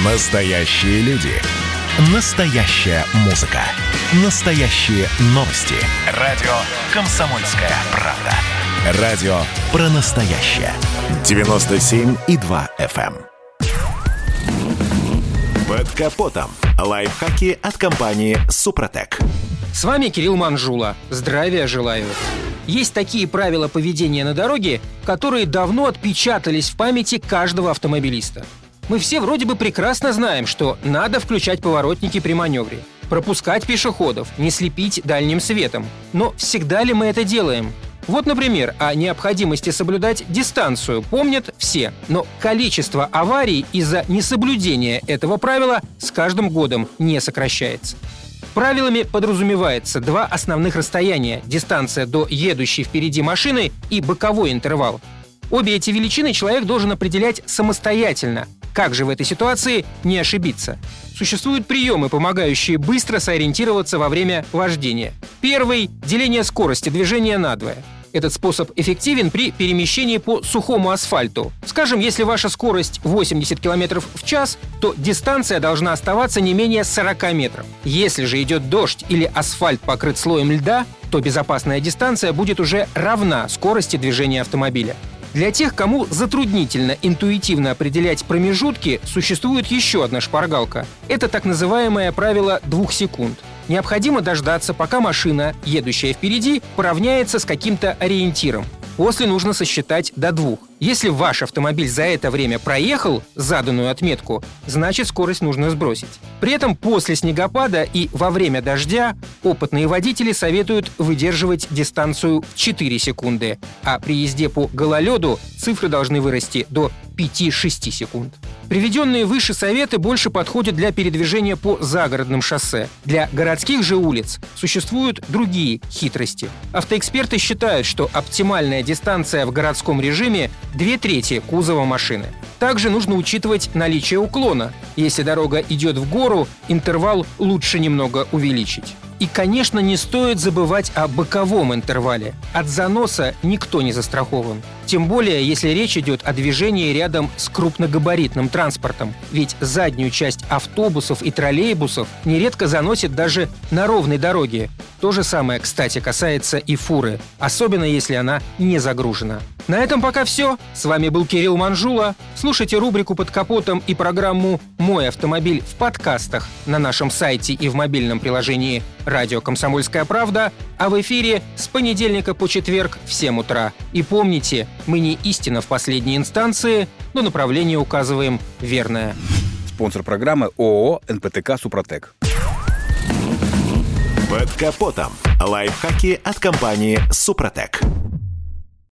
Настоящие люди. Настоящая музыка. Настоящие новости. Радио «Комсомольская правда». Радио про настоящее. 97,2 FM. Под капотом. Лайфхаки от компании «Супротек». С вами Кирилл Манжула. Здравия желаю. Есть такие правила поведения на дороге, которые давно отпечатались в памяти каждого автомобилиста. Мы все вроде бы прекрасно знаем, что надо включать поворотники при маневре, пропускать пешеходов, не слепить дальним светом. Но всегда ли мы это делаем? Вот, например, о необходимости соблюдать дистанцию помнят все, но количество аварий из-за несоблюдения этого правила с каждым годом не сокращается. Правилами подразумевается два основных расстояния – дистанция до едущей впереди машины и боковой интервал. Обе эти величины человек должен определять самостоятельно. Как же в этой ситуации не ошибиться? Существуют приемы, помогающие быстро сориентироваться во время вождения. Первый – деление скорости движения надвое. Этот способ эффективен при перемещении по сухому асфальту. Скажем, если ваша скорость 80 км в час, то дистанция должна оставаться не менее 40 метров. Если же идет дождь или асфальт покрыт слоем льда, то безопасная дистанция будет уже равна скорости движения автомобиля. Для тех, кому затруднительно интуитивно определять промежутки, существует еще одна шпаргалка. Это так называемое правило 2 секунд. Необходимо дождаться, пока машина, едущая впереди, поравняется с каким-то ориентиром. После нужно сосчитать до 2. Если ваш автомобиль за это время проехал заданную отметку, значит скорость нужно сбросить. При этом после снегопада и во время дождя опытные водители советуют выдерживать дистанцию в 4 секунды, а при езде по гололеду цифры должны вырасти до 5-6 секунд. Приведенные выше советы больше подходят для передвижения по загородным шоссе. Для городских же улиц существуют другие хитрости. Автоэксперты считают, что оптимальная дистанция в городском режиме – 2/3 кузова машины. Также нужно учитывать наличие уклона. Если дорога идет в гору, интервал лучше немного увеличить. И, конечно, не стоит забывать о боковом интервале. От заноса никто не застрахован. Тем более, если речь идет о движении рядом с крупногабаритным транспортом. Ведь заднюю часть автобусов и троллейбусов нередко заносит даже на ровной дороге. То же самое, кстати, касается и фуры, особенно если она не загружена. На этом пока все. С вами был Кирилл Манжула. Слушайте рубрику «Под капотом» и программу «Мой автомобиль» в подкастах на нашем сайте и в мобильном приложении «Радио Комсомольская правда», а в эфире с понедельника по четверг в 7 утра. И помните, мы не истина в последней инстанции, но направление указываем верное. Спонсор программы ООО «НПТК Супротек». Под капотом. Лайфхаки от компании «Супротек».